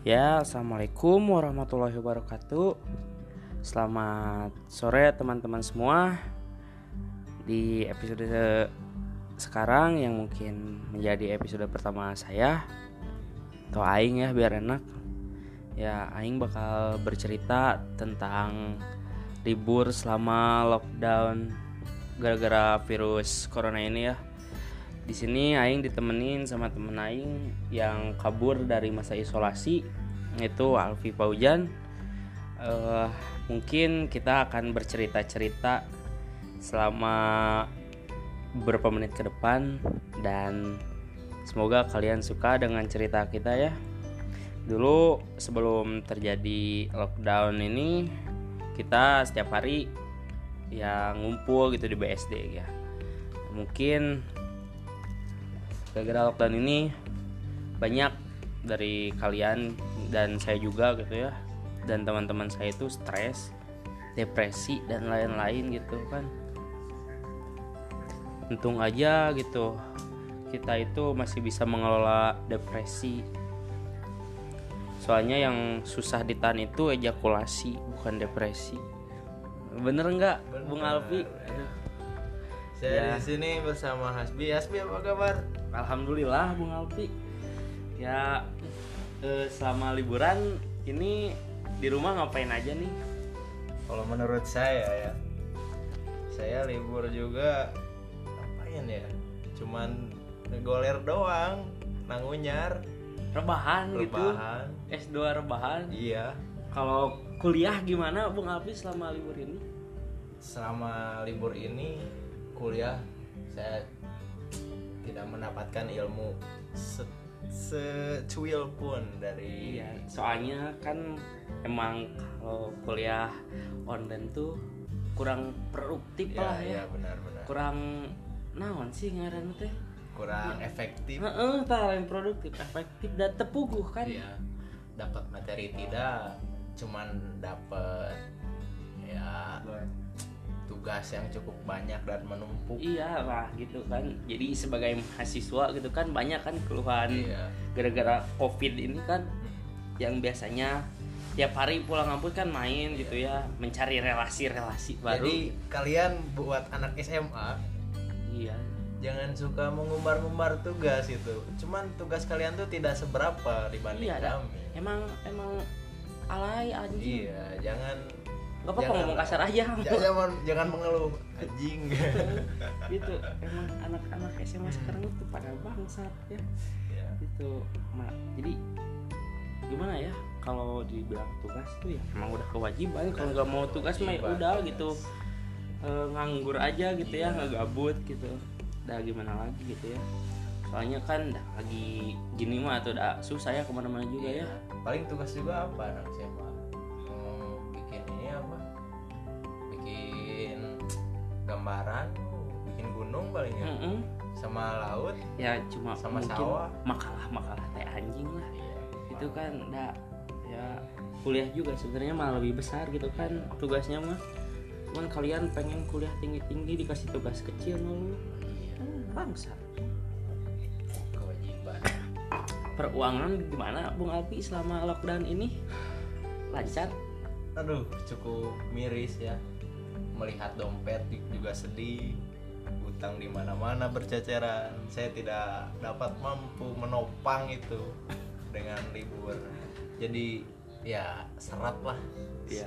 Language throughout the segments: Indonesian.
Ya, assalamualaikum warahmatullahi wabarakatuh. Selamat sore teman-teman semua. Di episode sekarang yang mungkin menjadi episode pertama saya atau Aing ya biar enak. Ya, Aing bakal bercerita tentang libur selama lockdown gara-gara virus corona ini ya. Di sini Aing ditemenin sama temen Aing yang kabur dari masa isolasi, yaitu Alfi Paujan. Mungkin kita akan bercerita-cerita selama beberapa menit ke depan dan semoga kalian suka dengan cerita kita ya. Dulu sebelum terjadi lockdown ini kita setiap hari ya ngumpul gitu di BSD ya. Mungkin gara-gara lockdown ini banyak dari kalian dan saya juga gitu ya, dan teman-teman saya itu stres, depresi dan lain-lain gitu kan. Untung aja gitu kita itu masih bisa mengelola depresi. Soalnya yang susah ditahan itu ejakulasi, bukan depresi. Bener nggak, Bung Alfi? Saya di sini bersama Hasbi. Hasbi apa kabar? Alhamdulillah Bung Alfi. Ya selama liburan ini di rumah ngapain aja nih? Kalau menurut saya libur juga ngapain ya? Cuman ngegoler doang, nangunyar, Rebahan gitu. S2 rebahan. Iya. Kalau kuliah gimana Bung Alfi selama libur ini? Selama libur ini kuliah saya tidak mendapatkan ilmu secuil pun dari. Iya, soalnya kan emang kalau kuliah online tuh kurang produktif lah ya. Iya, benar. Kurang naon sih ngaranna teh? Kurang efektif. Heeh, lain produktif, efektif dan tepuguh kan. Iya. Dapat materi tidak, cuman dapat ya tugas yang cukup banyak dan menumpuk. Iya lah gitu kan. Jadi sebagai mahasiswa gitu kan banyak kan keluhan gara-gara COVID ini kan, yang biasanya tiap hari pulang kampus kan main gitu ya, mencari relasi-relasi baru. Jadi kalian buat anak SMA, iya, jangan suka mengumbar-ngumbar tugas itu. Cuman tugas kalian tuh tidak seberapa dibanding kami. Emang alay anjing. Iya, jangan Gak apa-apa ngomong kasar aja. Jangan mengeluh anjing. Gitu. Emang anak-anak SMA sekarang itu pada bangsat ya. Gitu. Jadi gimana ya, kalau dibilang tugas tuh ya emang udah kewajiban. Kalau nggak mau tugas mah udah gitu, nganggur aja gitu ya, ngegabut gitu. Udah gimana lagi gitu ya. Soalnya kan lagi gini mah tuh udah susah ya kemana-mana juga ya. Paling tugas juga apa anak SMA? Bikin ini apa? Bikin gambaran, bikin gunung paling ya. Sama laut. Ya cuma sama mungkin sawah. Makalah teh anjing lah. Itu kan udah ya kuliah juga sebenarnya malah lebih besar gitu kan tugasnya mah. Cuman kalian pengen kuliah tinggi-tinggi dikasih tugas kecil malu. Bangsa. Kewajiban. Peruangan gimana Bung Alfi selama lockdown ini? Lancar? Aduh, cukup miris ya. Melihat dompet juga sedih. Utang di mana-mana berceceran. Saya tidak dapat mampu menopang itu dengan libur. Jadi ya serat lah. Ya,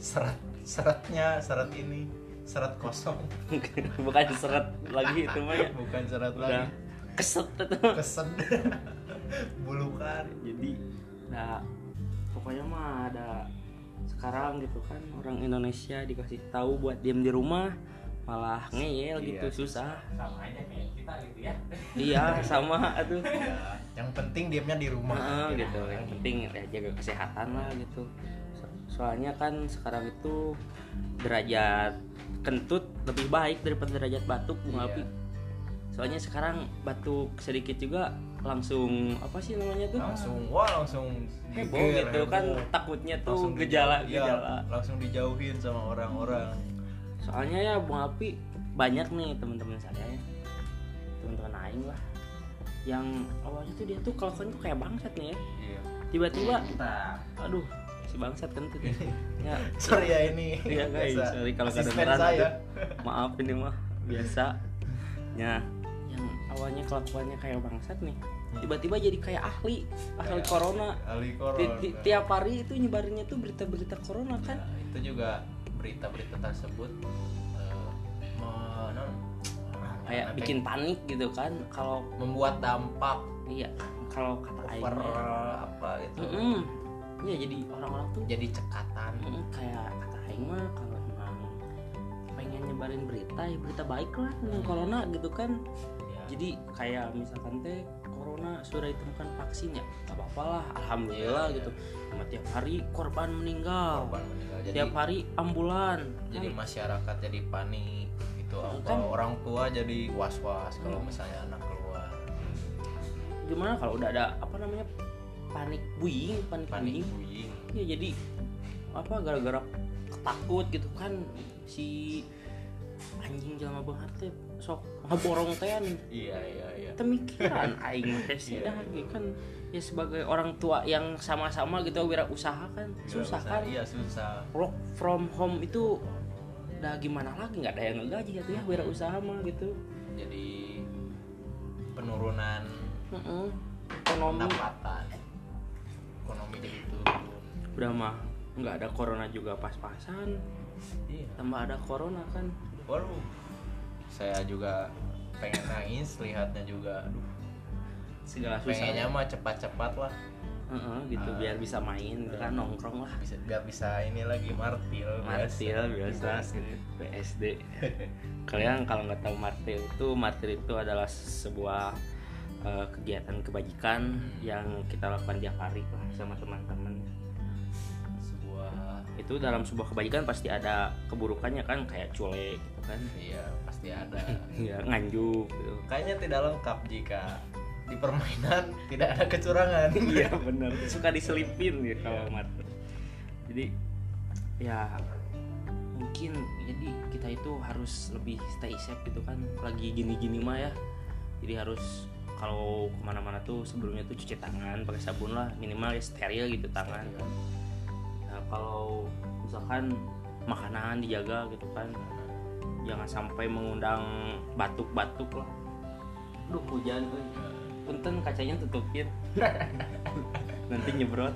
Serat ini serat kosong. bukan seret lagi itu mah ya. Bukan serat Udah lagi. keset itu. Kesed. Bulukan. Jadi nah pokoknya mah ada sekarang gitu kan orang Indonesia dikasih tahu buat diam di rumah malah ngeyel gitu. Susah. Sama aja kayak kita gitu ya. Iya sama tuh. Yang penting diamnya di rumah gitu. Yang penting ya jaga kesehatan lah gitu. Soalnya kan sekarang itu derajat kentut lebih baik daripada derajat batuk Bung Alfi. Soalnya sekarang batuk sedikit juga langsung apa sih namanya tuh? Langsung heboh gitu kan, takutnya tuh gejala. Langsung dijauhin sama orang-orang. Soalnya ya Bung Alfi banyak nih teman-teman saya ya, teman-teman Aing lah, yang awalnya tuh dia tuh kalau kan tuh kayak bangsat nih ya. tiba-tiba aduh si bangsat kan tuh ya. Sorry ya ini. Iya guys, Biasa. sorry kalau Asisten kedengeran saya. maaf ini mah biasa ya. Yang awalnya kelakuannya kayak bangsat nih tiba-tiba jadi kayak ahli Kayak corona. ahli corona. Tiap hari itu nyebarinnya tuh berita-berita corona kan. Ya, itu juga berita-berita tersebut Kayak bikin panik gitu kan kalau membuat dampak iya kalau kata over aing apa gitu. ya jadi orang-orang tuh Jadi cekatan. kayak kata aing mah kalau emang pengen nyebarin berita ya berita baik lah tentang corona gitu kan. Ya. Jadi kayak misalkan teh corona sudah ditemukan vaksin ya gak apa-apa lah alhamdulillah Iya, gitu. Cuma tiap hari korban meninggal. Jadi, Tiap hari ambulan. jadi masyarakat jadi panik gitu apa Kan- orang tua jadi was-was kalau misalnya anak keluar. Gimana kalau udah ada apa namanya panik buying. Panik buying. Ya jadi apa gara-gara takut gitu kan si anjing jelema beunghar teh sok ngaborong teh nih. Iya. Pemikiran aing teh sih dah kan ya sebagai orang tua yang sama-sama gitu wirausaha kan susah kan. Iya susah. Work from home itu udah gimana lagi nggak ada yang ngegaji gitu ya wirausaha mah gitu. Jadi penurunan Ekonomi pendapatan. Ekonomi jadi turun. udah mah nggak ada corona juga pas-pasan Iya. tambah ada corona kan. Waduh. Saya juga pengen nangis lihatnya juga. Aduh. Segala susah. Pengennya mah cepat-cepat lah. Gitu biar bisa main gitu kan nongkrong lah. Biar bisa ini lagi martil Biasa PSD. Kalian kalau nggak tahu martil itu adalah sebuah kegiatan kebajikan yang kita lakukan tiap hari lah sama teman-teman. Itu dalam sebuah kebajikan pasti ada keburukannya kan kayak cuek gitu kan. Iya pasti ada. Ya nganjuk gitu. Kayaknya tidak lengkap jika di permainan tidak ada kecurangan. Iya benar, suka diselipin gitu kalau martil. Jadi ya mungkin jadi kita itu harus lebih stay safe gitu kan lagi gini-gini mah ya. Jadi harus kalau kemana-mana tuh sebelumnya tuh cuci tangan pakai sabun lah minimal ya steril gitu tangan kan. Nah, kalau misalkan makanan dijaga gitu kan jangan sampai mengundang batuk-batuk lah. Aduh hujan tuh. Punten kacanya tutupin. Nanti nyebrot.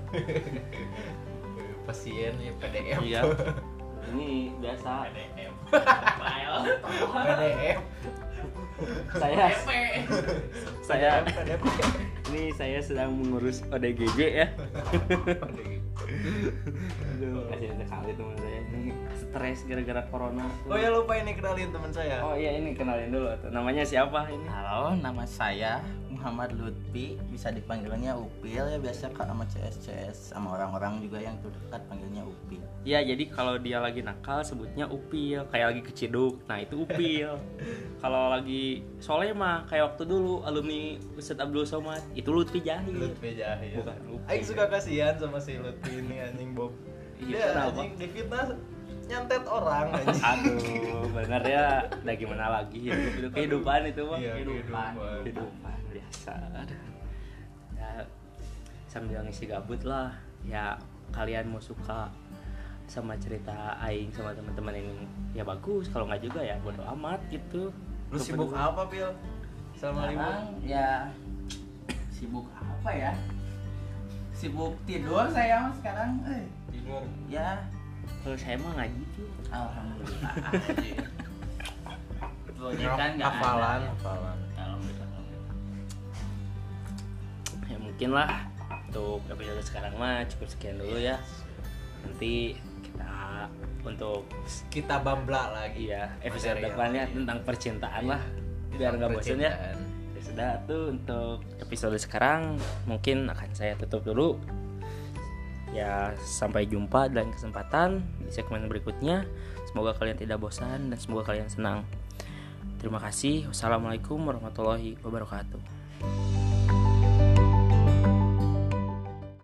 Pasien ya PDF. Iya. Ini biasa. PDF. File. PDF. Saya ini saya sedang mengurus ODGJ ya. Aduh, kasihan sekali teman saya ini stres gara-gara corona. Oh ya lupa ini kenalin teman saya. Oh iya ini kenalin dulu tuh. Namanya siapa ini? Halo, nama saya Muhammad Lutfi, bisa dipanggilnya Upil ya, biasa Kak sama CS sama orang-orang juga yang terdekat panggilnya Upil. Ya jadi kalau dia lagi nakal sebutnya Upil, kayak lagi keciduk. Nah itu Upil. Kalau lagi soleh mah kayak waktu dulu alumni Ustadz Abdul Somad itu Lutfi Jahil. Lutfi Jahil. Bukan Lutfi. Aing suka kasihan sama si Lutfi ini anjing Bob. Iya, Dia kenapa? anjing difitnah nyantet orang anjing. Aduh, bener ya. Udah gimana lagi itu kehidupan itu mah. Iya, kehidupan. Kehidupan biasa. Aduh. Ya sambil ngisi gabut lah. Ya kalian mau suka sama cerita aing sama teman-teman ini ya bagus, kalau nggak juga ya bodo amat gitu. Lu sibuk apa, Pil? Selama libur? Sekarang ya sibuk apa ya? Sibuk tidur saya mah sekarang. Tidur. Ya, Kalau saya mah ngaji tuh. alhamdulillah. Anjing. Kan nggak Hafalan, ada. hafalan. Alhamdulillah. Ya mungkin lah untuk episode sekarang mah cukup sekian dulu ya. Nanti kita untuk Kita bambla lagi. ya episode Materi depannya yang lain. tentang percintaan lah Tentang biar nggak bosan ya. percintaan. Ya sudah tuh untuk episode sekarang mungkin akan saya tutup dulu. Ya sampai jumpa dan kesempatan di segmen berikutnya. Semoga kalian tidak bosan dan semoga kalian senang. Terima kasih. Wassalamualaikum warahmatullahi wabarakatuh.